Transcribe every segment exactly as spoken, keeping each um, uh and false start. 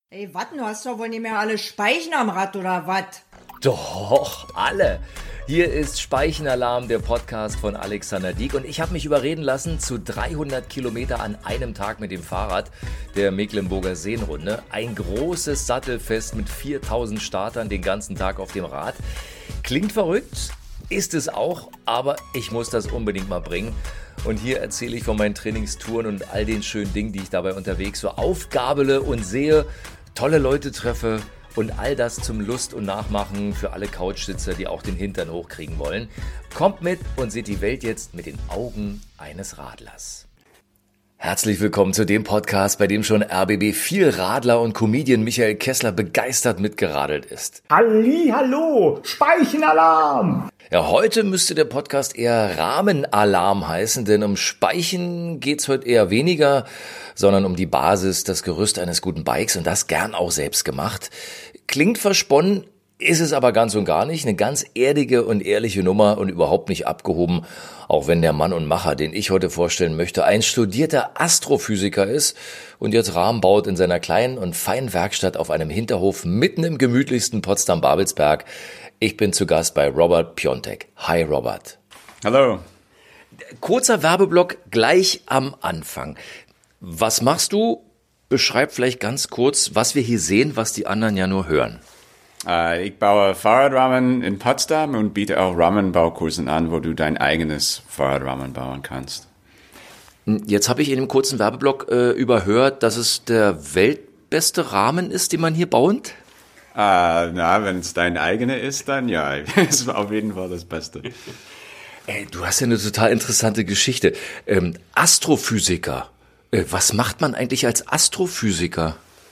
Ey, wat, du hast doch wohl nicht mehr alle Speichen am Rad, oder wat? Doch, alle. Hier ist Speichenalarm, der Podcast von Alexander Dieck. Und ich habe mich überreden lassen zu dreihundert Kilometer an einem Tag mit dem Fahrrad der Mecklenburger Seenrunde. Ein großes Sattelfest mit viertausend Startern den ganzen Tag auf dem Rad. Klingt verrückt, ist es auch, aber ich muss das unbedingt mal bringen. Und hier erzähle ich von meinen Trainingstouren und all den schönen Dingen, die ich dabei unterwegs so aufgabele und sehe, tolle Leute treffe und all das zum Lust und Nachmachen für alle Couchsitzer, die auch den Hintern hochkriegen wollen. Kommt mit und seht die Welt jetzt mit den Augen eines Radlers. Herzlich willkommen zu dem Podcast, bei dem schon R B B-Vielradler und Comedian Michael Kessler begeistert mitgeradelt ist. Halli, hallo, Speichenalarm! Ja, heute müsste der Podcast eher Rahmenalarm heißen, denn um Speichen geht's heute eher weniger, sondern um die Basis, das Gerüst eines guten Bikes und das gern auch selbst gemacht. Klingt versponnen, ist es aber ganz und gar nicht. Eine ganz erdige und ehrliche Nummer und überhaupt nicht abgehoben, auch wenn der Mann und Macher, den ich heute vorstellen möchte, ein studierter Astrophysiker ist und jetzt Rahmen baut in seiner kleinen und feinen Werkstatt auf einem Hinterhof mitten im gemütlichsten Potsdam-Babelsberg. Ich bin zu Gast bei Robert Piontek. Hi Robert. Hallo. Kurzer Werbeblock gleich am Anfang. Was machst du? Beschreib vielleicht ganz kurz, was wir hier sehen, was die anderen ja nur hören. Uh, ich baue Fahrradrahmen in Potsdam und biete auch Rahmenbaukursen an, wo du dein eigenes Fahrradrahmen bauen kannst. Jetzt habe ich in dem kurzen Werbeblock äh, überhört, dass es der weltbeste Rahmen ist, den man hier baut. Uh, na, wenn es dein eigener ist, dann ja, ist auf jeden Fall das Beste. Ey, du hast ja eine total interessante Geschichte. Ähm, Astrophysiker. Äh, was macht man eigentlich als Astrophysiker?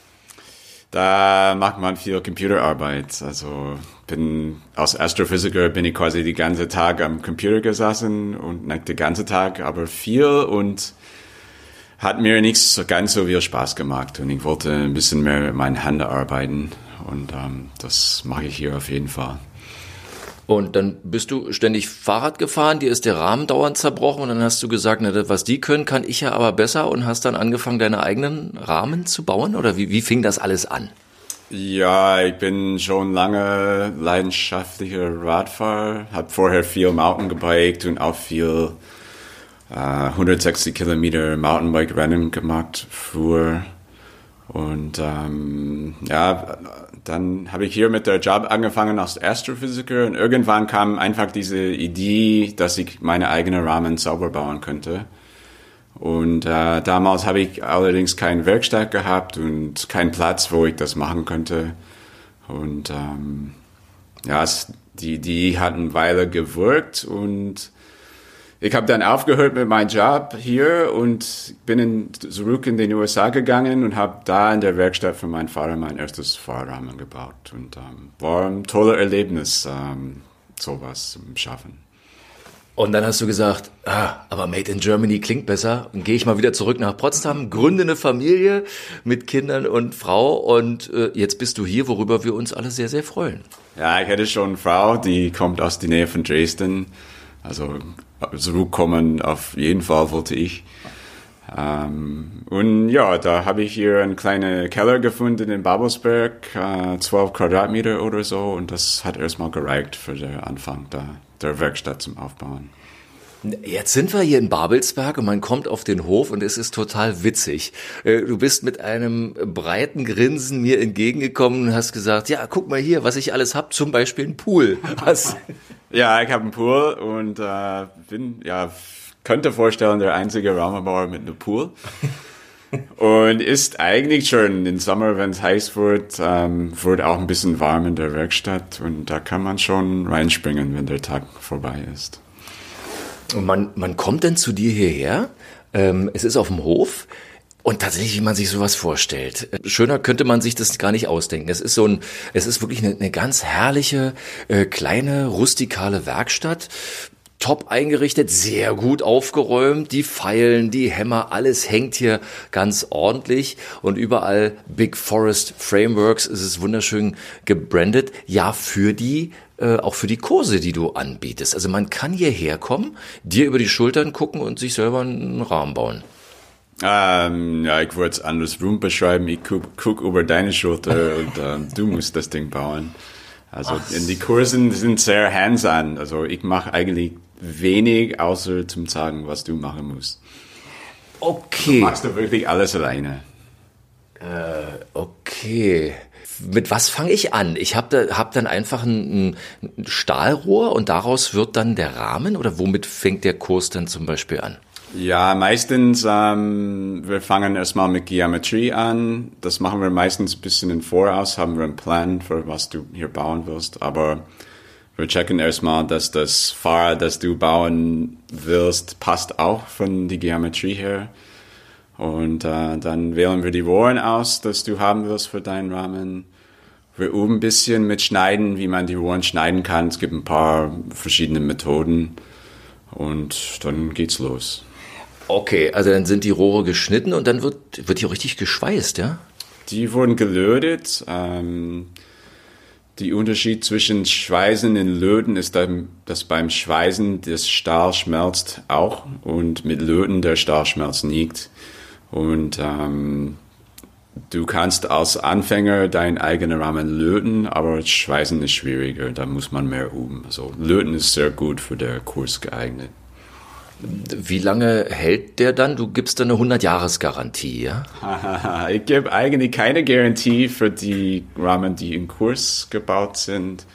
Da macht man viel Computerarbeit. Also bin als Astrophysiker bin ich quasi den ganzen Tag am Computer gesessen und nicht den ganzen Tag, aber viel und hat mir nicht so ganz so viel Spaß gemacht und ich wollte ein bisschen mehr mit meinen Händen arbeiten und ähm, das mache ich hier auf jeden Fall. Und dann bist du ständig Fahrrad gefahren, dir ist der Rahmen dauernd zerbrochen und dann hast du gesagt, na, das, was die können, kann ich ja aber besser und hast dann angefangen, deine eigenen Rahmen zu bauen? Oder wie, wie fing das alles an? Ja, ich bin schon lange leidenschaftlicher Radfahrer, habe vorher viel Mountain gebiked und auch viel äh, hundertsechzig Kilometer Mountainbike-Rennen gemacht früher. Und ähm, ja, dann habe ich hier mit der Job angefangen als Astrophysiker und irgendwann kam einfach diese Idee, dass ich meine eigenen Rahmen sauber bauen könnte. Und äh, damals habe ich allerdings keine Werkstatt gehabt und keinen Platz, wo ich das machen könnte. Und ähm, ja, es, die Idee hat eine Weile gewirkt und ich habe dann aufgehört mit meinem Job hier und bin in, zurück in den U S A gegangen und habe da in der Werkstatt für meinen Vater mein erstes Fahrradrahmen gebaut. Und ähm, war ein tolles Erlebnis, ähm, sowas zu schaffen. Und dann hast du gesagt, ah, aber Made in Germany klingt besser. Und gehe ich mal wieder zurück nach Potsdam, gründe eine Familie mit Kindern und Frau. Und äh, jetzt bist du hier, worüber wir uns alle sehr, sehr freuen. Ja, ich hätte schon eine Frau, die kommt aus der Nähe von Dresden. Also zurückkommen auf jeden Fall wollte ich. Ähm, und ja, da habe ich hier einen kleinen Keller gefunden in Babelsberg, äh, zwölf Quadratmeter oder so. Und das hat erstmal gereicht für den Anfang da, der Werkstatt zum Aufbauen. Jetzt sind wir hier in Babelsberg und man kommt auf den Hof und es ist total witzig. Du bist mit einem breiten Grinsen mir entgegengekommen und hast gesagt, ja, guck mal hier, was ich alles hab, zum Beispiel ein Pool. Was? Ja, ich habe einen Pool und äh, bin, ja, könnte vorstellen, der einzige Rahmenbauer mit einem Pool. Und ist eigentlich schön im Sommer, wenn es heiß wird, ähm, wird auch ein bisschen warm in der Werkstatt und da kann man schon reinspringen, wenn der Tag vorbei ist. Und man, man kommt dann zu dir hierher, ähm, es ist auf dem Hof und tatsächlich, wie man sich sowas vorstellt. Schöner könnte man sich das gar nicht ausdenken. Es ist so ein, es ist wirklich eine, eine ganz herrliche, äh, kleine, rustikale Werkstatt. Top eingerichtet, sehr gut aufgeräumt, die Feilen, die Hämmer, alles hängt hier ganz ordentlich und überall Big Forest Frameworks, es ist wunderschön gebrandet, ja für die, äh, auch für die Kurse, die du anbietest. Also man kann hierher kommen, dir über die Schultern gucken und sich selber einen Rahmen bauen. Ähm, ja, ich würde es andersrum beschreiben. Ich guck, guck über deine Schulter und ähm, du musst das Ding bauen. Also Ach. in die Kursen sind sehr hands-on. Also ich mache eigentlich wenig, außer zum sagen, was du machen musst. Okay. Du machst du wirklich alles alleine. Äh, okay. Mit was fange ich an? Ich habe da, hab dann einfach ein, ein Stahlrohr und daraus wird dann der Rahmen? Oder womit fängt der Kurs dann zum Beispiel an? Ja, meistens, ähm, wir fangen erstmal mit Geometrie an. Das machen wir meistens ein bisschen im Voraus, haben wir einen Plan für was du hier bauen willst. Aber wir checken erstmal, dass das Fahrrad, das du bauen willst, passt auch von der Geometrie her. Und äh, dann wählen wir die Rohren aus, das du haben willst für deinen Rahmen. Wir üben ein bisschen mit Schneiden, wie man die Rohren schneiden kann. Es gibt ein paar verschiedene Methoden und dann geht's los. Okay, also dann sind die Rohre geschnitten und dann wird, wird die auch richtig geschweißt, ja? Die wurden gelötet. Ähm, der Unterschied zwischen Schweißen und Löten ist, dann, dass beim Schweißen das Stahl schmelzt auch und mit Löten der Stahl schmelzt nicht. Und ähm, du kannst als Anfänger deinen eigenen Rahmen löten, aber Schweißen ist schwieriger, da muss man mehr üben. Also Löten ist sehr gut für den Kurs geeignet. Wie lange hält der dann? Du gibst dann eine hundert-Jahres-Garantie, ja? Ich gebe eigentlich keine Garantie für die Rahmen, die im Kurs gebaut sind.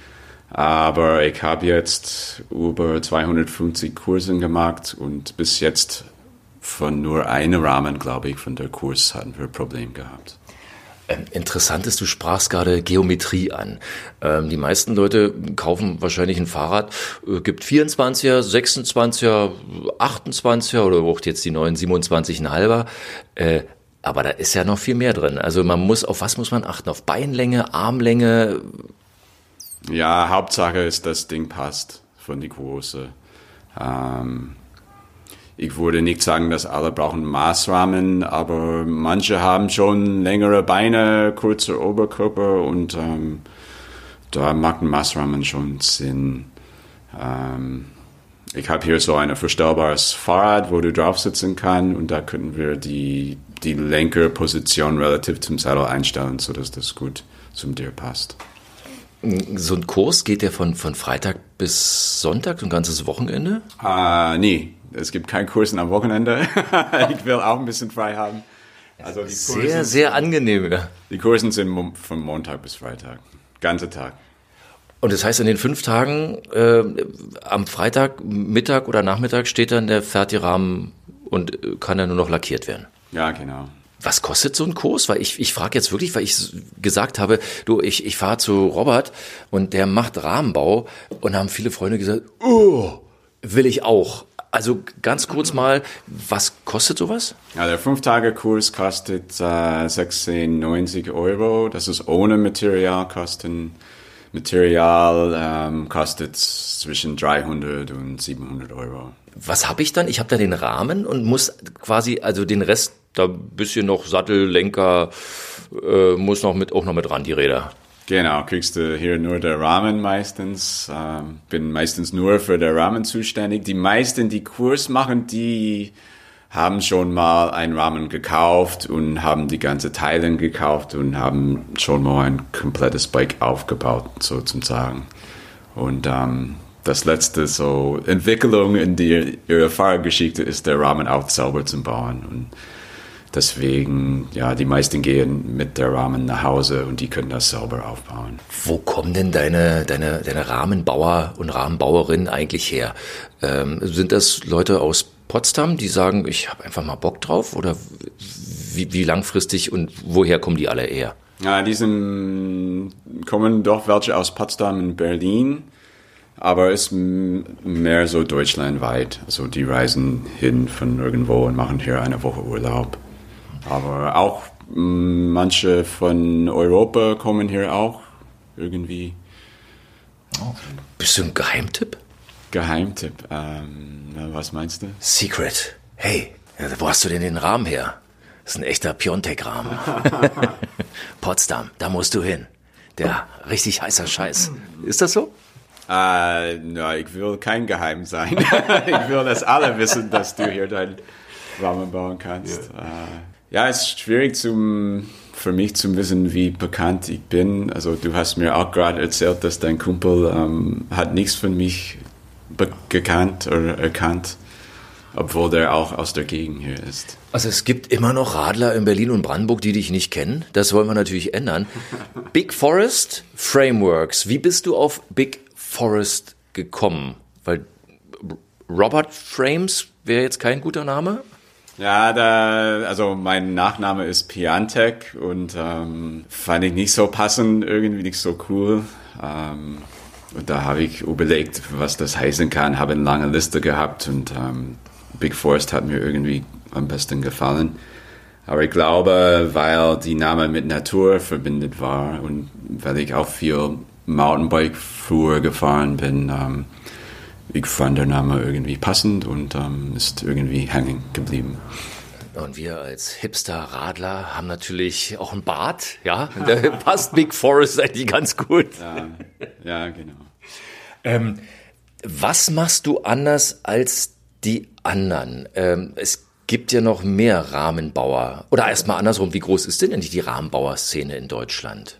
Aber ich habe jetzt über zweihundertfünfzig Kurse gemacht und bis jetzt von nur einem Rahmen, glaube ich, von der Kurs hatten wir ein Problem gehabt. Ähm, interessant ist, du sprachst gerade Geometrie an. Ähm, die meisten Leute kaufen wahrscheinlich ein Fahrrad, äh, gibt vierundzwanziger, sechsundzwanziger, achtundzwanziger oder auch jetzt die neuen siebenundzwanzig Komma fünf. Äh, aber da ist ja noch viel mehr drin. Also man muss, auf was muss man achten? Auf Beinlänge, Armlänge? Ja, Hauptsache ist, das Ding passt von die Größe. Ähm, Ich würde nicht sagen, dass alle brauchen Maßrahmen, aber manche haben schon längere Beine, kurzer Oberkörper und ähm, da macht ein Maßrahmen schon Sinn. Ähm, ich habe hier so ein verstellbares Fahrrad, wo du drauf sitzen kannst und da könnten wir die, die Lenkerposition relativ zum Sattel einstellen, sodass das gut zum dir passt. So ein Kurs, geht der von, von Freitag bis Sonntag, so ein ganzes Wochenende? Äh, nee. Es gibt keinen Kursen am Wochenende. Ich will auch ein bisschen frei haben. Also die Kursen, sehr, sehr angenehm. Ja. Die Kursen sind von Montag bis Freitag. Ganze Tag. Und das heißt, in den fünf Tagen, äh, am Freitag, Mittag oder Nachmittag steht dann der fertige Rahmen und kann dann nur noch lackiert werden? Ja, genau. Was kostet so ein Kurs? Weil ich, ich frage jetzt wirklich, weil ich gesagt habe, du, ich, ich fahre zu Robert und der macht Rahmenbau und haben viele Freunde gesagt, oh, will ich auch. Also ganz kurz mal, was kostet sowas? Ja, der fünf-Tage-Kurs kostet äh, sechzehnhundertneunzig Euro. Das ist ohne Materialkosten. Material ähm, kostet zwischen dreihundert und siebenhundert Euro. Was habe ich dann? Ich habe da den Rahmen und muss quasi, also den Rest, da ein bisschen noch Sattel, Lenker, äh, muss noch mit, auch noch mit ran, die Räder. Genau, kriegst du hier nur der Rahmen meistens. Ähm, bin meistens nur für den Rahmen zuständig. Die meisten, die Kurs machen, die haben schon mal einen Rahmen gekauft und haben die ganze Teile gekauft und haben schon mal ein komplettes Bike aufgebaut, sozusagen. Und ähm, das letzte so Entwicklung in die, ihrer Fahrgeschichte ist, der Rahmen auch selber zu bauen. Und deswegen, ja, die meisten gehen mit der Rahmen nach Hause und die können das selber aufbauen. Wo kommen denn deine, deine, deine Rahmenbauer und Rahmenbauerinnen eigentlich her? Ähm, sind das Leute aus Potsdam, die sagen, ich habe einfach mal Bock drauf? Oder wie, wie langfristig und woher kommen die alle her? Ja, die sind, kommen doch welche aus Potsdam und Berlin, aber es ist mehr so deutschlandweit. Also die reisen hin von irgendwo und machen hier eine Woche Urlaub. Aber auch mh, manche von Europa kommen hier auch irgendwie. Oh. Bist du ein Geheimtipp? Geheimtipp, ähm, was meinst du? Secret. Hey, wo hast du denn den Rahmen her? Das ist ein echter Piontek-Rahmen. Potsdam, da musst du hin. Der richtig heißer Scheiß. Ist das so? Äh, na, ich will kein Geheim sein. Ich will, dass alle wissen, dass du hier dein Rahmen bauen kannst. Ja, äh, ja, es ist schwierig zum, für mich zu wissen, wie bekannt ich bin. Also du hast mir auch gerade erzählt, dass dein Kumpel ähm, hat nichts von mich be- gekannt oder erkannt, obwohl der auch aus der Gegend hier ist. Also es gibt immer noch Radler in Berlin und Brandenburg, die dich nicht kennen. Das wollen wir natürlich ändern. Big Forest Frameworks. Wie bist du auf Big Forest gekommen? Weil Robert Frames wäre jetzt kein guter Name? Ja, da, also mein Nachname ist Piantek und ähm, fand ich nicht so passend, irgendwie nicht so cool. Ähm, und da habe ich überlegt, was das heißen kann, habe eine lange Liste gehabt und ähm, Big Forest hat mir irgendwie am besten gefallen. Aber ich glaube, weil die Name mit Natur verbindet war und weil ich auch viel Mountainbike früher gefahren bin, ähm, ich fand der Name irgendwie passend und ähm, ist irgendwie hängen geblieben. Und wir als Hipster-Radler haben natürlich auch einen Bart, ja, da passt Big Forest eigentlich ganz gut. Ja, ja genau. Ähm, was machst du anders als die anderen? Ähm, es gibt ja noch mehr Rahmenbauer. Oder erstmal andersrum, wie groß ist denn eigentlich die Rahmenbauer-Szene in Deutschland?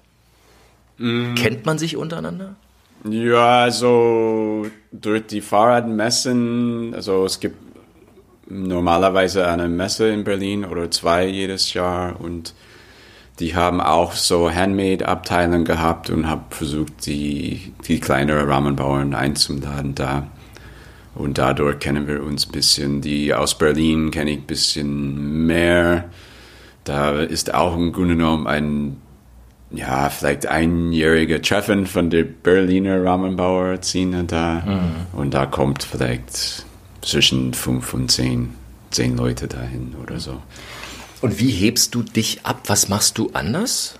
Mm. Kennt man sich untereinander? Ja, also durch die Fahrradmessen, also es gibt normalerweise eine Messe in Berlin oder zwei jedes Jahr und die haben auch so Handmade-Abteilungen gehabt und haben versucht, die, die kleineren Rahmenbauern einzuladen da. Und dadurch kennen wir uns ein bisschen. Die aus Berlin kenne ich ein bisschen mehr. Da ist auch im Grunde genommen ein ja, vielleicht einjährige Treffen von der Berliner Rahmenbauer-Szene da. Mhm. Und da kommt vielleicht zwischen fünf und zehn, zehn Leute dahin oder so. Und wie hebst du dich ab? Was machst du anders?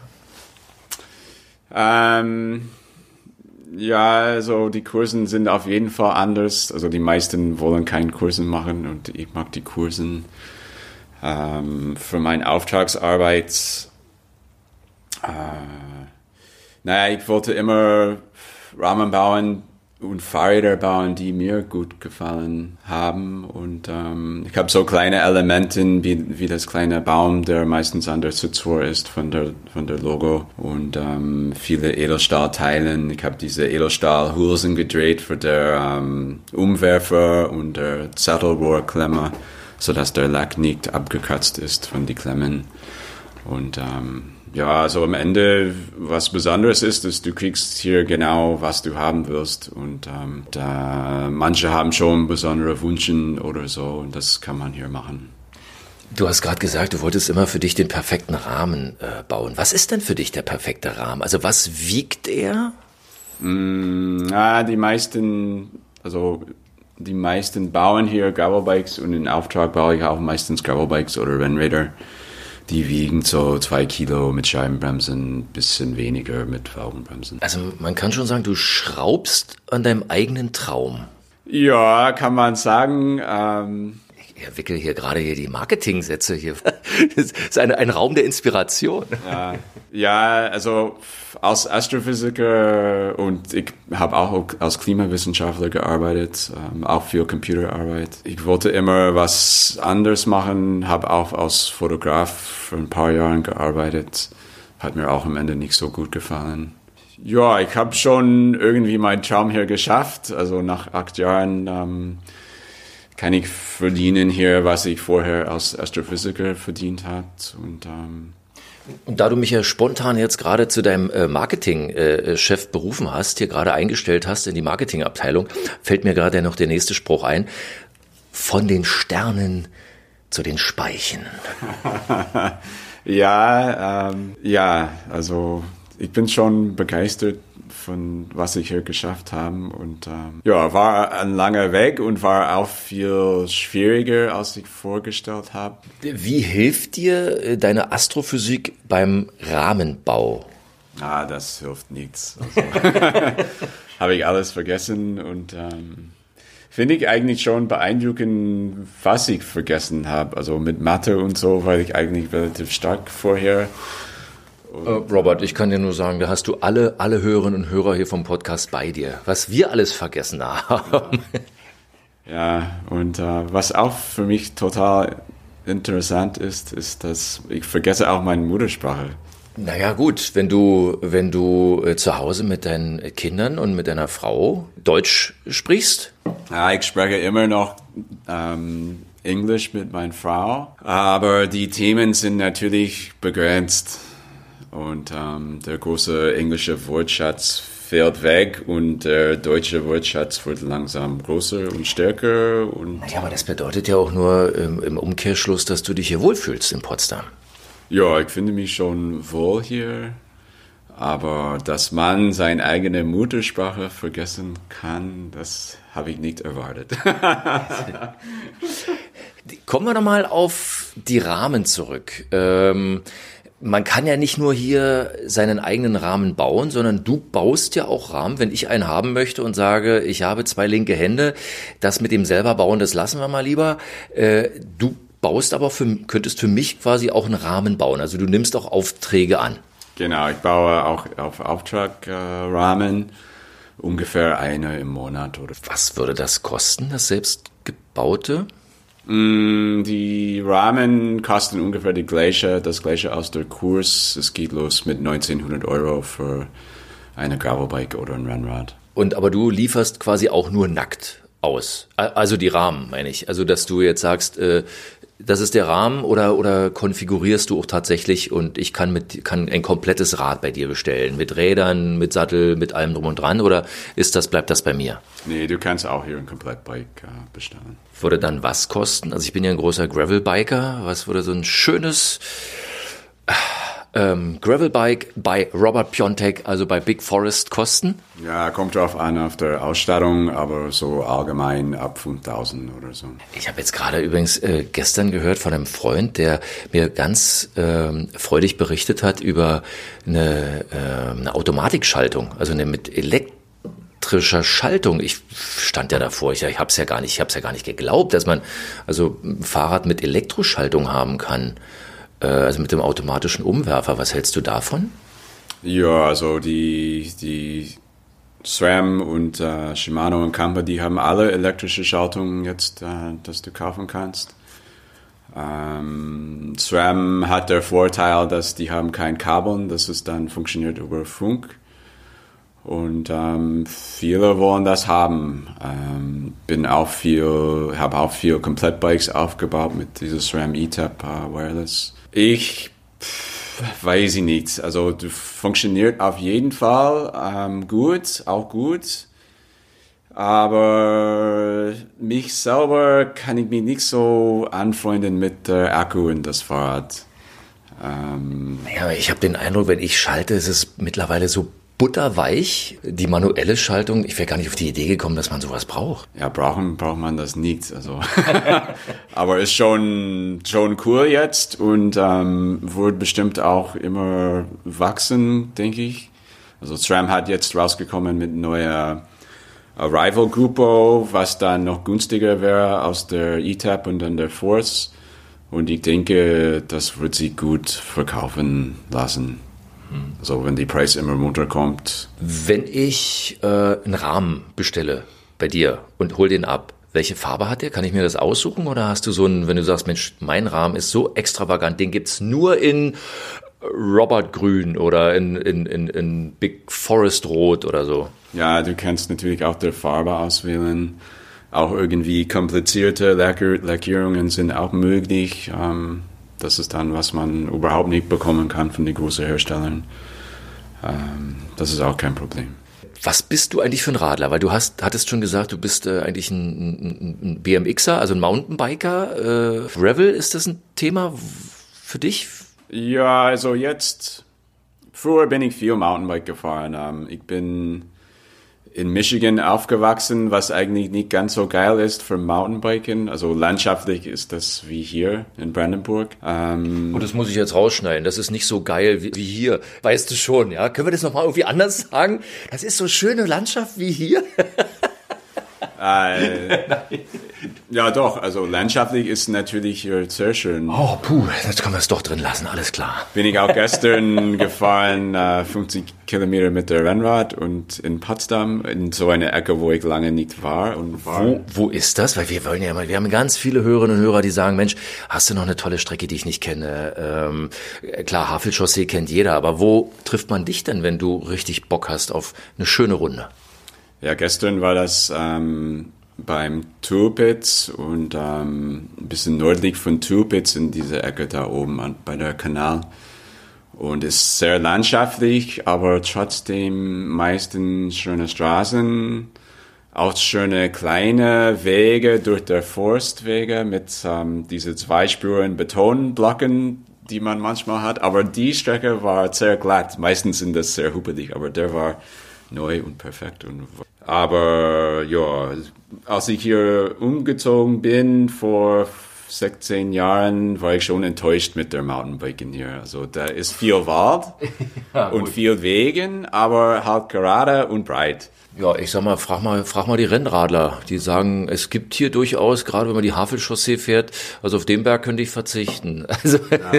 Ähm, ja, also die Kursen sind auf jeden Fall anders. Also die meisten wollen keine Kursen machen und ich mag die Kursen. Ähm, für meine Auftragsarbeit Äh, naja, ich wollte immer Rahmen bauen und Fahrräder bauen, die mir gut gefallen haben. Und ähm, ich habe so kleine Elemente wie, wie das kleine Baum, der meistens an der Sitzrohr ist von der, von der Logo. Und ähm, viele Edelstahlteilen. Ich habe diese Edelstahlhülsen gedreht für der ähm, Umwerfer und der Sattelrohrklemme, sodass der Lack nicht abgekratzt ist von den Klemmen. Und ähm, ja, also am Ende, was Besonderes ist, ist, du kriegst hier genau, was du haben willst. Und ähm, da, manche haben schon besondere Wünsche oder so und das kann man hier machen. Du hast gerade gesagt, du wolltest immer für dich den perfekten Rahmen äh, bauen. Was ist denn für dich der perfekte Rahmen? Also was wiegt er? Mm, na, die meisten, also die meisten bauen hier Gravelbikes und in Auftrag baue ich auch meistens Gravelbikes oder Rennräder. Die wiegen so zwei Kilo mit Scheibenbremsen, ein bisschen weniger mit Wagenbremsen. Also man kann schon sagen, du schraubst an deinem eigenen Traum. Ja, kann man sagen. Ähm ich entwickle hier gerade hier die Marketingsätze hier. Das ist eine, ein Raum der Inspiration. Ja, ja, also als Astrophysiker und ich habe auch als Klimawissenschaftler gearbeitet, ähm, auch viel Computerarbeit. Ich wollte immer was anderes machen, habe auch als Fotograf für ein paar Jahre gearbeitet. Hat mir auch am Ende nicht so gut gefallen. Ja, ich habe schon irgendwie meinen Traum hier geschafft. Also nach acht Jahren ähm, kann ich verdienen hier, was ich vorher als Astrophysiker verdient habe. Und ähm, Und da du mich ja spontan jetzt gerade zu deinem äh, Marketing-Chef äh, berufen hast, hier gerade eingestellt hast in die Marketingabteilung, fällt mir gerade noch der nächste Spruch ein. Von den Sternen zu den Speichen. ja, ähm, ja, also ich bin schon begeistert von was ich hier geschafft habe und ähm, ja, war ein langer Weg und war auch viel schwieriger, als ich vorgestellt habe. Wie hilft dir deine Astrophysik beim Rahmenbau? Ah, das hilft nichts. Also, habe ich alles vergessen und ähm, finde ich eigentlich schon beeindruckend, was ich vergessen habe. Also mit Mathe und so war ich eigentlich relativ stark vorher. Robert, ich kann dir nur sagen, da hast du alle, alle Hörerinnen und Hörer hier vom Podcast bei dir, was wir alles vergessen haben. Ja, und äh, was auch für mich total interessant ist, ist, dass ich vergesse auch meine Muttersprache. Naja gut, wenn du, wenn du äh, zu Hause mit deinen Kindern und mit deiner Frau Deutsch sprichst? Ja, ich spreche immer noch ähm, Englisch mit meiner Frau, aber die Themen sind natürlich begrenzt und ähm, der große englische Wortschatz fällt weg und der deutsche Wortschatz wird langsam größer und stärker. Und ja, aber das bedeutet ja auch nur ähm, im Umkehrschluss, dass du dich hier wohlfühlst in Potsdam. Ja, ich finde mich schon wohl hier, aber dass man seine eigene Muttersprache vergessen kann, das habe ich nicht erwartet. Kommen wir doch mal auf die Rahmen zurück. Ähm, man kann ja nicht nur hier seinen eigenen Rahmen bauen, sondern du baust ja auch Rahmen. Wenn ich einen haben möchte und sage, ich habe zwei linke Hände, das mit dem selber bauen, das lassen wir mal lieber. Äh, du baust aber für, könntest für mich quasi auch einen Rahmen bauen. Also du nimmst auch Aufträge an. Genau, ich baue auch auf Auftrag äh, Rahmen, ungefähr eine im Monat. Oder was würde das kosten, das selbstgebaute? Mm, die Rahmen kosten ungefähr die gleiche, das gleiche aus der Kurs. Es geht los mit neunzehnhundert Euro für eine Gravelbike oder ein Rennrad. Und aber du lieferst quasi auch nur nackt aus. Also die Rahmen, meine ich. Also dass du jetzt sagst, äh, das ist der Rahmen oder oder konfigurierst du auch tatsächlich und ich kann mit kann ein komplettes Rad bei dir bestellen mit Rädern, mit Sattel, mit allem drum und dran oder ist das bleibt das bei mir? Nee, du kannst auch hier ein Komplettbike äh, bestellen. Würde dann was kosten? Also ich bin ja ein großer Gravelbiker. Was würde so ein schönes ähm, Gravelbike bei Robert Piontek, also bei Big Forest, kosten? Ja, kommt drauf an auf der Ausstattung, aber so allgemein ab fünftausend oder so. Ich habe jetzt gerade übrigens äh, gestern gehört von einem Freund, der mir ganz ähm, freudig berichtet hat über eine, äh, eine Automatikschaltung, also eine mit elektrischer Schaltung. Ich stand ja davor, ich, ich habe es ja gar nicht, ich habe es ja gar nicht geglaubt, dass man also ein Fahrrad mit Elektroschaltung haben kann. Also mit dem automatischen Umwerfer. Was hältst du davon? Ja, also die, die SRAM und äh, Shimano und Kampa, die haben alle elektrische Schaltungen jetzt, äh, dass du kaufen kannst. Ähm, SRAM hat der Vorteil, dass die haben kein Kabel, dass es dann funktioniert über Funk. Und ähm, viele wollen das haben. Ähm, bin auch viel, habe auch viel Komplettbikes aufgebaut mit dieser SRAM E-Tap uh, Wireless. Ich pff, weiß ich nicht. Also das funktioniert auf jeden Fall ähm, gut, auch gut. Aber mich selber kann ich mich nicht so anfreunden mit der Akku in das Fahrrad. Ähm, ja, ich habe den Eindruck, wenn ich schalte, ist es mittlerweile so butterweich, die manuelle Schaltung. Ich wäre gar nicht auf die Idee gekommen, dass man sowas braucht. Ja, brauchen braucht man das nicht. Also, aber ist schon schon cool jetzt und ähm, wird bestimmt auch immer wachsen, denke ich. Also SRAM hat jetzt rausgekommen mit neuer Arrival Grupo, was dann noch günstiger wäre aus der E-Tap und dann der Force. Und ich denke, das wird sich gut verkaufen lassen. Also wenn die Preis immer runterkommt. Wenn ich äh, einen Rahmen bestelle bei dir und hol den ab, welche Farbe hat der? Kann ich mir das aussuchen? Oder hast du so einen, wenn du sagst, Mensch, mein Rahmen ist so extravagant, den gibt's nur in Robert Grün oder in, in, in, in Big Forest Rot oder so? Ja, du kannst natürlich auch der Farbe auswählen. Auch irgendwie komplizierte Lackier- Lackierungen sind auch möglich. Ähm, Das ist dann, was man überhaupt nicht bekommen kann von den großen Herstellern. Ähm, das ist auch kein Problem. Was bist du eigentlich für ein Radler? Weil du hast, hattest schon gesagt, du bist äh, eigentlich ein, ein, ein B M Xer, also ein Mountainbiker. Äh, Gravel, ist das ein Thema für dich? Ja, also jetzt, früher bin ich viel Mountainbike gefahren. Ähm, ich bin in Michigan aufgewachsen, was eigentlich nicht ganz so geil ist für Mountainbiken. Also landschaftlich ist das wie hier in Brandenburg. Ähm Und das muss ich jetzt rausschneiden. Das ist nicht so geil wie, wie hier. Weißt du schon, ja? Können wir das nochmal irgendwie anders sagen? Das ist so schöne Landschaft wie hier. Äh, ja, doch. Also landschaftlich ist natürlich hier sehr schön. Oh, puh, jetzt können wir es doch drin lassen, alles klar. Bin ich auch gestern gefahren, äh, fünfzig Kilometer mit der Rennrad und in Potsdam, in so eine Ecke, wo ich lange nicht war. Und war. Wo, wo ist das? Weil wir wollen ja mal, wir haben ganz viele Hörerinnen und Hörer, die sagen, Mensch, hast du noch eine tolle Strecke, die ich nicht kenne? Ähm, klar, Havelchaussee kennt jeder, aber wo trifft man dich denn, wenn du richtig Bock hast auf eine schöne Runde? Ja, gestern war das ähm, beim Tourpitz und ähm, ein bisschen nördlich von Tourpitz in dieser Ecke da oben an, bei der Kanal. Und ist sehr landschaftlich, aber trotzdem meistens schöne Straßen, auch schöne kleine Wege durch der Forstwege mit ähm, diese zweispurigen Betonblocken, die man manchmal hat. Aber die Strecke war sehr glatt. Meistens sind das sehr hupelig, aber der war neu und perfekt. Und aber ja, als ich hier umgezogen bin vor sechzehn Jahren, war ich schon enttäuscht mit der Mountainbiken hier. Also da ist viel Wald ja, und viel Wegen, aber halt gerade und breit. Ja, ich sag mal, frag mal, frag mal die Rennradler. Die sagen, es gibt hier durchaus, gerade wenn man die Havelchaussee fährt, also auf den Berg könnte ich verzichten. Also ja.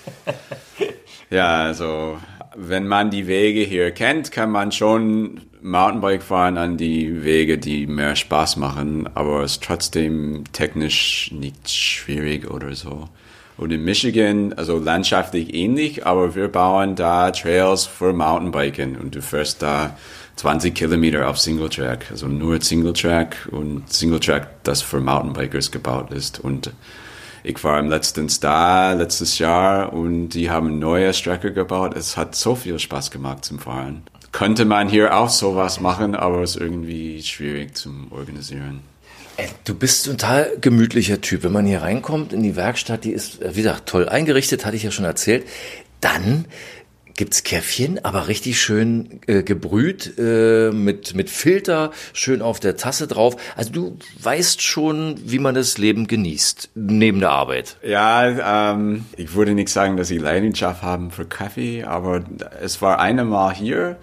Ja, also wenn man die Wege hier kennt, kann man schon Mountainbike fahren an die Wege, die mehr Spaß machen, aber es ist trotzdem technisch nicht schwierig oder so. Und in Michigan, also landschaftlich ähnlich, aber wir bauen da Trails für Mountainbiken und du fährst da zwanzig Kilometer auf Singletrack, also nur Singletrack und Singletrack, das für Mountainbikers gebaut ist. Und ich war im letzten da, letztes Jahr, und die haben eine neue Strecke gebaut. Es hat so viel Spaß gemacht zum Fahren. Könnte man hier auch sowas machen, aber es ist irgendwie schwierig zum Organisieren. Du bist ein total gemütlicher Typ. Wenn man hier reinkommt in die Werkstatt, die ist, wie gesagt, toll eingerichtet, hatte ich ja schon erzählt. Dann gibt's Käffchen, aber richtig schön äh, gebrüht, äh, mit, mit Filter, schön auf der Tasse drauf. Also du weißt schon, wie man das Leben genießt, neben der Arbeit. Ja, ähm, ich würde nicht sagen, dass ich Leidenschaft habe für Kaffee, aber es war einmal hier.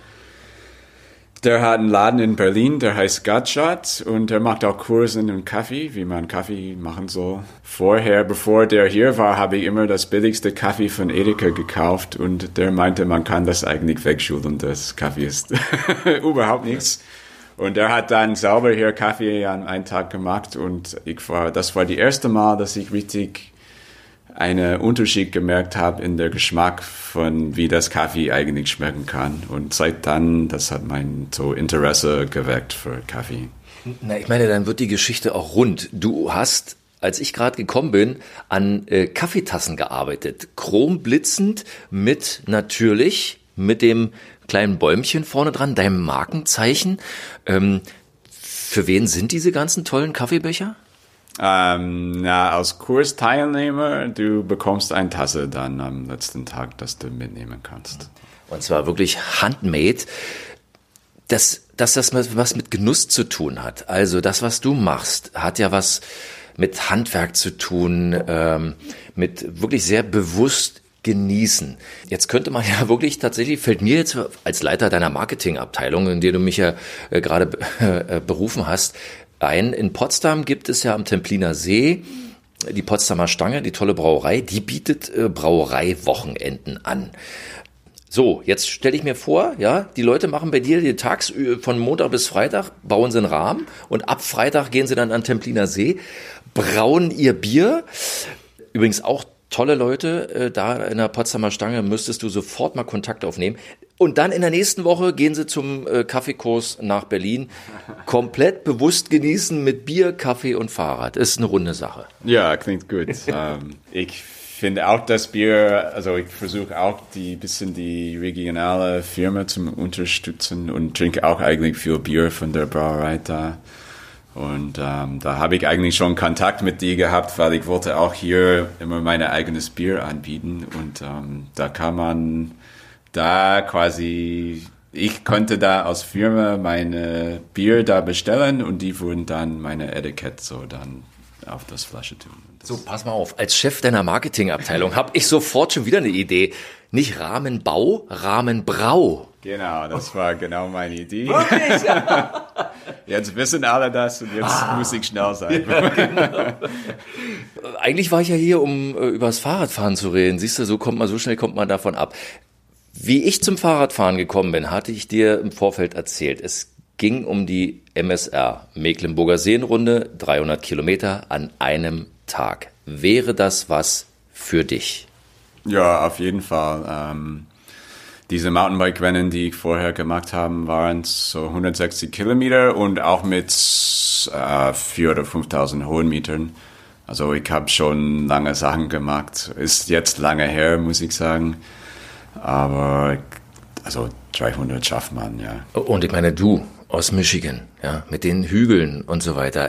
Der hat einen Laden in Berlin, der heißt Gutshot, und der macht auch Kurse in Kaffee, wie man Kaffee machen soll. Vorher, bevor der hier war, habe ich immer das billigste Kaffee von Edeka gekauft, und der meinte, man kann das eigentlich wegschulen, das Kaffee ist überhaupt nichts. Und er hat dann sauber hier Kaffee an einem Tag gemacht, und ich war, das war die erste Mal, dass ich richtig einen Unterschied gemerkt habe in der Geschmack von wie das Kaffee eigentlich schmecken kann. Und seit dann, das hat mein so Interesse geweckt für Kaffee. Na, ich meine, dann wird die Geschichte auch rund. Du hast, als ich gerade gekommen bin, an äh, Kaffeetassen gearbeitet. Chromblitzend mit natürlich, mit dem kleinen Bäumchen vorne dran, deinem Markenzeichen. Ähm, für wen sind diese ganzen tollen Kaffeebecher? Ähm, na, als Kursteilnehmer, du bekommst eine Tasse dann am letzten Tag, dass du mitnehmen kannst. Und zwar wirklich handmade. Dass, dass das was mit Genuss zu tun hat. Also das, was du machst, hat ja was mit Handwerk zu tun, ähm, mit wirklich sehr bewusst genießen. Jetzt könnte man ja wirklich tatsächlich, fällt mir jetzt als Leiter deiner Marketingabteilung, in der du mich ja äh, gerade äh, berufen hast, ein. In Potsdam gibt es ja am Templiner See die Potsdamer Stange, die tolle Brauerei, die bietet äh, Brauereiwochenenden an. So, jetzt stelle ich mir vor, ja, die Leute machen bei dir die Tags von Montag bis Freitag, bauen sie einen Rahmen, und ab Freitag gehen sie dann an Templiner See, brauen ihr Bier. Übrigens auch tolle Leute, äh, da in der Potsdamer Stange müsstest du sofort mal Kontakt aufnehmen. Und dann in der nächsten Woche gehen sie zum äh, Kaffeekurs nach Berlin. Komplett bewusst genießen mit Bier, Kaffee und Fahrrad. Ist eine runde Sache. Ja, klingt gut. ähm, ich finde auch das Bier, also ich versuche auch die bisschen die regionale Firma zu unterstützen und trinke auch eigentlich viel Bier von der Brauerei da. Und ähm, da habe ich eigentlich schon Kontakt mit die gehabt, weil ich wollte auch hier immer mein eigenes Bier anbieten. Und ähm, da kann man da quasi, ich konnte da als Firma meine Bier da bestellen, und die würden dann meine Etikett so dann auf das Flasche tun. Das so, pass mal auf, als Chef deiner Marketingabteilung habe ich sofort schon wieder eine Idee. Nicht Rahmenbau, Rahmenbrau. Genau, das war genau meine Idee. Wirklich? Jetzt wissen alle das und jetzt ah. muss ich schnell sein. Ja, genau. Eigentlich war ich ja hier, um äh, über das Fahrradfahren zu reden. Siehst du, so kommt man, so schnell kommt man davon ab. Wie ich zum Fahrradfahren gekommen bin, hatte ich dir im Vorfeld erzählt. Es ging um die M S R, Mecklenburger Seenrunde, dreihundert Kilometer an einem Tag. Wäre das was für dich? Ja, auf jeden Fall. Ähm, diese Mountainbike-Rennen, die ich vorher gemacht habe, waren so hundertsechzig Kilometer und auch mit äh, viertausend oder fünftausend Höhenmetern. Also ich habe schon lange Sachen gemacht. Ist jetzt lange her, muss ich sagen. Aber also dreihundert schafft man, ja. Und ich meine, du aus Michigan, ja, mit den Hügeln und so weiter.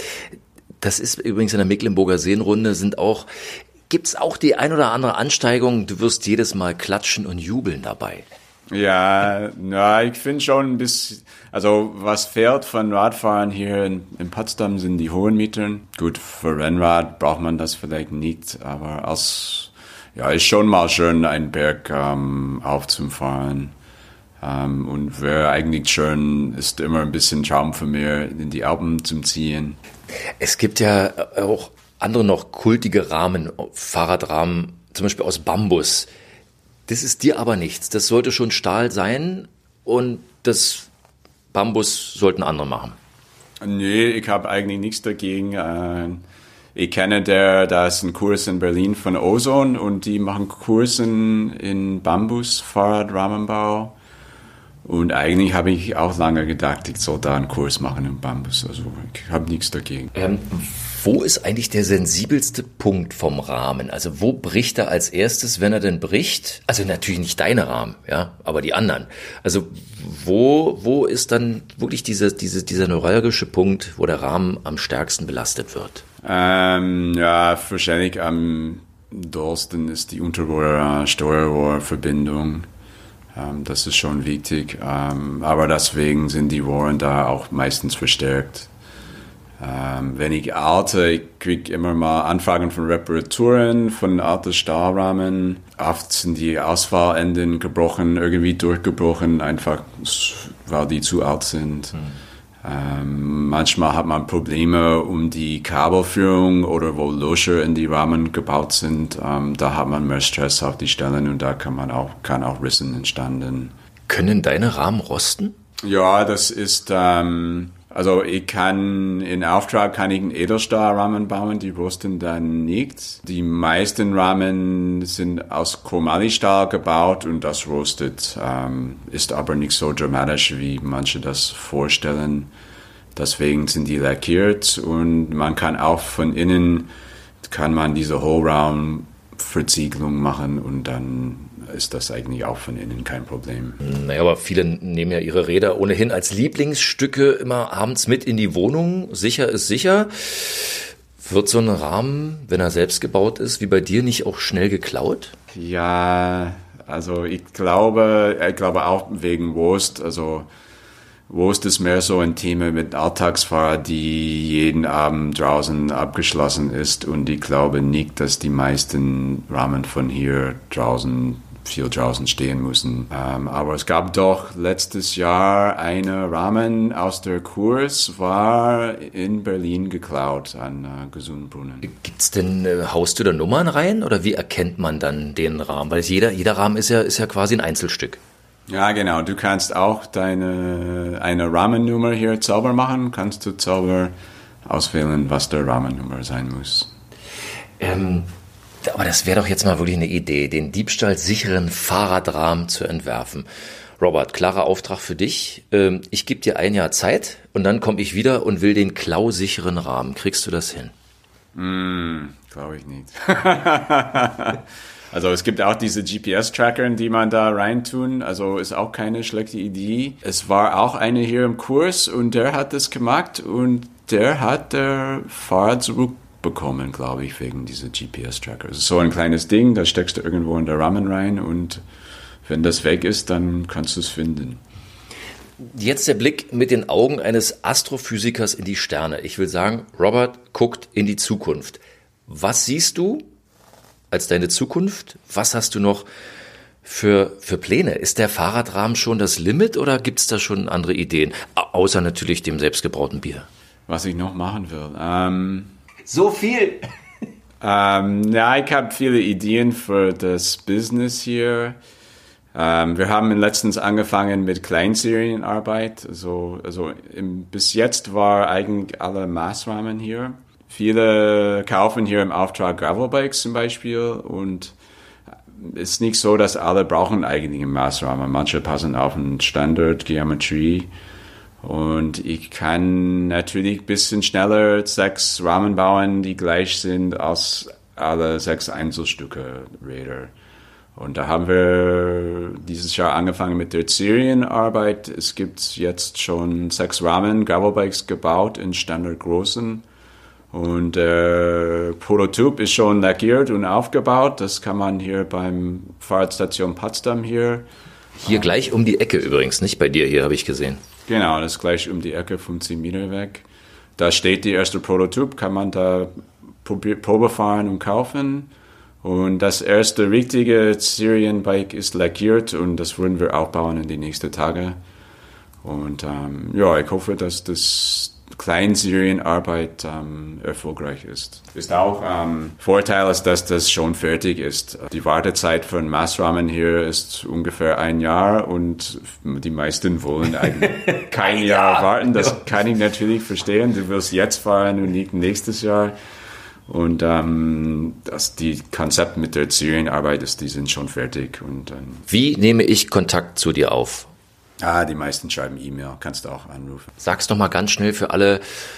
Das ist übrigens in der Mecklenburger Seenrunde sind auch, gibt's auch die ein oder andere Ansteigung. Du wirst jedes Mal klatschen und jubeln dabei. Ja, na, ich finde schon ein bisschen, also was fehlt von Radfahren hier in, in Potsdam sind die Höhenmeter. Gut, für Rennrad braucht man das vielleicht nicht, aber als, ja, ist schon mal schön, einen Berg ähm, aufzufahren. Um, und wäre eigentlich schön, ist immer ein bisschen Traum für mich, in die Alpen zu ziehen. Es gibt ja auch andere noch kultige Rahmen, Fahrradrahmen, zum Beispiel aus Bambus. Das ist dir aber nichts. Das sollte schon Stahl sein und das Bambus sollten andere machen. Nee, ich habe eigentlich nichts dagegen. Ich kenne der, da ist ein Kurs in Berlin von Ozone und die machen Kursen in Bambus, Fahrradrahmenbau. Und eigentlich habe ich auch lange gedacht, ich soll da einen Kurs machen im Bambus. Also ich habe nichts dagegen. Ähm, wo ist eigentlich der sensibelste Punkt vom Rahmen? Also wo bricht er als erstes, wenn er denn bricht? Also natürlich nicht deine Rahmen, ja, aber die anderen. Also wo wo ist dann wirklich diese, diese, dieser neuralgische Punkt, wo der Rahmen am stärksten belastet wird? Ähm, ja, wahrscheinlich am dollsten ist die Unterrohr-Steuerrohrverbindung. Um, das ist schon wichtig, um, aber deswegen sind die Rohren da auch meistens verstärkt. Um, wenn ich alte, ich kriege immer mal Anfragen von Reparaturen, von alten Stahlrahmen. Oft sind die Ausfallenden gebrochen, irgendwie durchgebrochen, einfach weil die zu alt sind. Hm. Um, manchmal hat man Probleme um die Kabelführung oder wo Löcher in die Rahmen gebaut sind. Um, da hat man mehr Stress auf die Stellen und da kann man auch, kann auch Rissen entstanden. Können deine Rahmen rosten? Ja, das ist, um, also ich kann, in Auftrag kann ich einen Edelstahlrahmen bauen, die rosten dann nicht. Die meisten Rahmen sind aus Chromalicstahl gebaut und das rostet, um, ist aber nicht so dramatisch, wie manche das vorstellen. Deswegen sind die lackiert und man kann auch von innen, kann man diese Hohlraumversiegelung machen und dann ist das eigentlich auch von innen kein Problem. Naja, aber viele nehmen ja ihre Räder ohnehin als Lieblingsstücke immer abends mit in die Wohnung. Sicher ist sicher. Wird so ein Rahmen, wenn er selbst gebaut ist, wie bei dir, nicht auch schnell geklaut? Ja, also ich glaube, ich glaube auch wegen Wurst. Also Wurst ist mehr so ein Thema mit Alltagsfahrer, die jeden Abend draußen abgeschlossen ist und ich glaube nicht, dass die meisten Rahmen von hier draußen viel draußen stehen müssen. Ähm, aber es gab doch letztes Jahr eine Rahmen aus der Kurs, war in Berlin geklaut an äh, Gesundbrunnen. Gibt's denn, äh, haust du da Nummern rein oder wie erkennt man dann den Rahmen? Weil jeder, jeder Rahmen ist ja, ist ja quasi ein Einzelstück. Ja, genau. Du kannst auch deine eine Rahmennummer hier selber machen. Kannst du selber auswählen, was der Rahmennummer sein muss. Ähm, aber das wäre doch jetzt mal wirklich eine Idee, den diebstahlsicheren Fahrradrahmen zu entwerfen. Robert, klarer Auftrag für dich. Ähm, ich gebe dir ein Jahr Zeit und dann komme ich wieder und will den klausicheren Rahmen. Kriegst du das hin? Mm, glaube ich nicht. Also es gibt auch diese G P S-Tracker, die man da reintun. Also ist auch keine schlechte Idee. Es war auch einer hier im Kurs und der hat das gemacht und der hat der Fahrrad zurückbekommen, glaube ich, wegen dieser G P S-Tracker. Es ist so ein kleines Ding, da steckst du irgendwo in der Rahmen rein und wenn das weg ist, dann kannst du es finden. Jetzt der Blick mit den Augen eines Astrophysikers in die Sterne. Ich will sagen, Robert guckt in die Zukunft. Was siehst du als deine Zukunft? Was hast du noch für, für Pläne? Ist der Fahrradrahmen schon das Limit oder gibt es da schon andere Ideen? Außer natürlich dem selbstgebrauten Bier. Was ich noch machen will? Ähm, so viel! ähm, ja, ich habe viele Ideen für das Business hier. Ähm, wir haben letztens angefangen mit Kleinserienarbeit. Also, also im, bis jetzt war eigentlich alle Maßrahmen hier. Viele kaufen hier im Auftrag Gravelbikes zum Beispiel und es ist nicht so, dass alle brauchen eigentlich einen Maßrahmen. Manche passen auf einen Standard, Geometrie. Und ich kann natürlich ein bisschen schneller sechs Rahmen bauen, die gleich sind als alle sechs Einzelstücke Räder. Und da haben wir dieses Jahr angefangen mit der Serienarbeit. Es gibt jetzt schon sechs Rahmen, Gravelbikes gebaut in Standardgrößen. Und der Prototyp ist schon lackiert und aufgebaut. Das kann man hier beim Fahrradstation Potsdam hier. Hier gleich um die Ecke übrigens, nicht bei dir hier, habe ich gesehen. Genau, das ist gleich um die Ecke, fünfzehn Meter weg. Da steht der erste Prototyp, kann man da Probe fahren und kaufen. Und das erste richtige Serienbike ist lackiert und das würden wir auch bauen in die nächsten Tage. Und ähm, ja, ich hoffe, dass das Kleinserienarbeit ähm, erfolgreich ist. Ist auch ähm, Vorteil ist, dass das schon fertig ist. Die Wartezeit für einen Maßrahmen hier ist ungefähr ein Jahr und die meisten wollen eigentlich kein Jahr warten. Das kann ich natürlich verstehen. Du willst jetzt fahren und nicht nächstes Jahr. Und ähm, das, die Konzept mit der Serienarbeit ist, die sind schon fertig. Und ähm, wie nehme ich Kontakt zu dir auf? Ah, die meisten schreiben E-Mail, kannst du auch anrufen. Sag's noch mal ganz schnell für alle,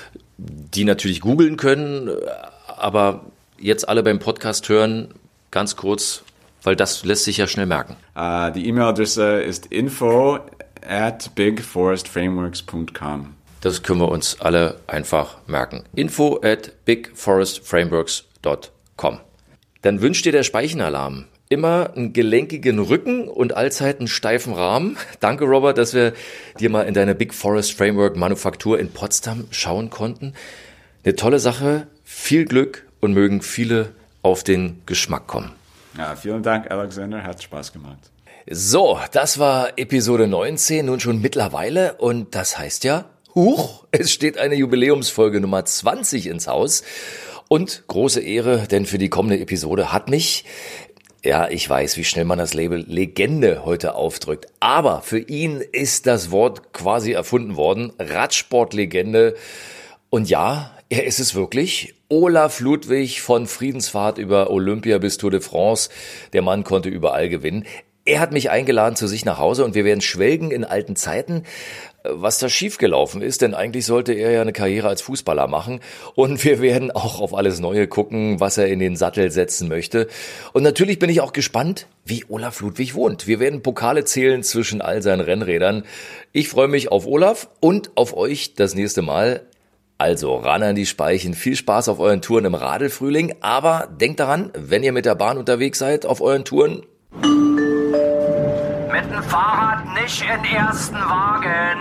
die natürlich googeln können, aber jetzt alle beim Podcast hören, ganz kurz, weil das lässt sich ja schnell merken. Uh, die E-Mail-Adresse ist info at big forest frameworks dot com. Das können wir uns alle einfach merken. info at big forest frameworks dot com. Dann wünscht dir der Speichenalarm immer einen gelenkigen Rücken und allzeit einen steifen Rahmen. Danke, Robert, dass wir dir mal in deine Big Forest Framework Manufaktur in Potsdam schauen konnten. Eine tolle Sache, viel Glück und mögen viele auf den Geschmack kommen. Ja, vielen Dank, Alexander, hat Spaß gemacht. So, das war Episode neunzehn, nun schon mittlerweile und das heißt ja, huch, es steht eine Jubiläumsfolge Nummer zwanzig ins Haus und große Ehre, denn für die kommende Episode hat mich... Ja, ich weiß, wie schnell man das Label Legende heute aufdrückt. Aber für ihn ist das Wort quasi erfunden worden. Radsportlegende. Und ja, er ist es wirklich. Olaf Ludwig von Friedensfahrt über Olympia bis Tour de France. Der Mann konnte überall gewinnen. Er hat mich eingeladen zu sich nach Hause und wir werden schwelgen in alten Zeiten, was da schiefgelaufen ist, denn eigentlich sollte er ja eine Karriere als Fußballer machen und wir werden auch auf alles Neue gucken, was er in den Sattel setzen möchte. Und natürlich bin ich auch gespannt, wie Olaf Ludwig wohnt. Wir werden Pokale zählen zwischen all seinen Rennrädern. Ich freue mich auf Olaf und auf euch das nächste Mal. Also ran an die Speichen, viel Spaß auf euren Touren im Radelfrühling, aber denkt daran, wenn ihr mit der Bahn unterwegs seid auf euren Touren, mit dem Fahrrad nicht in ersten Wagen.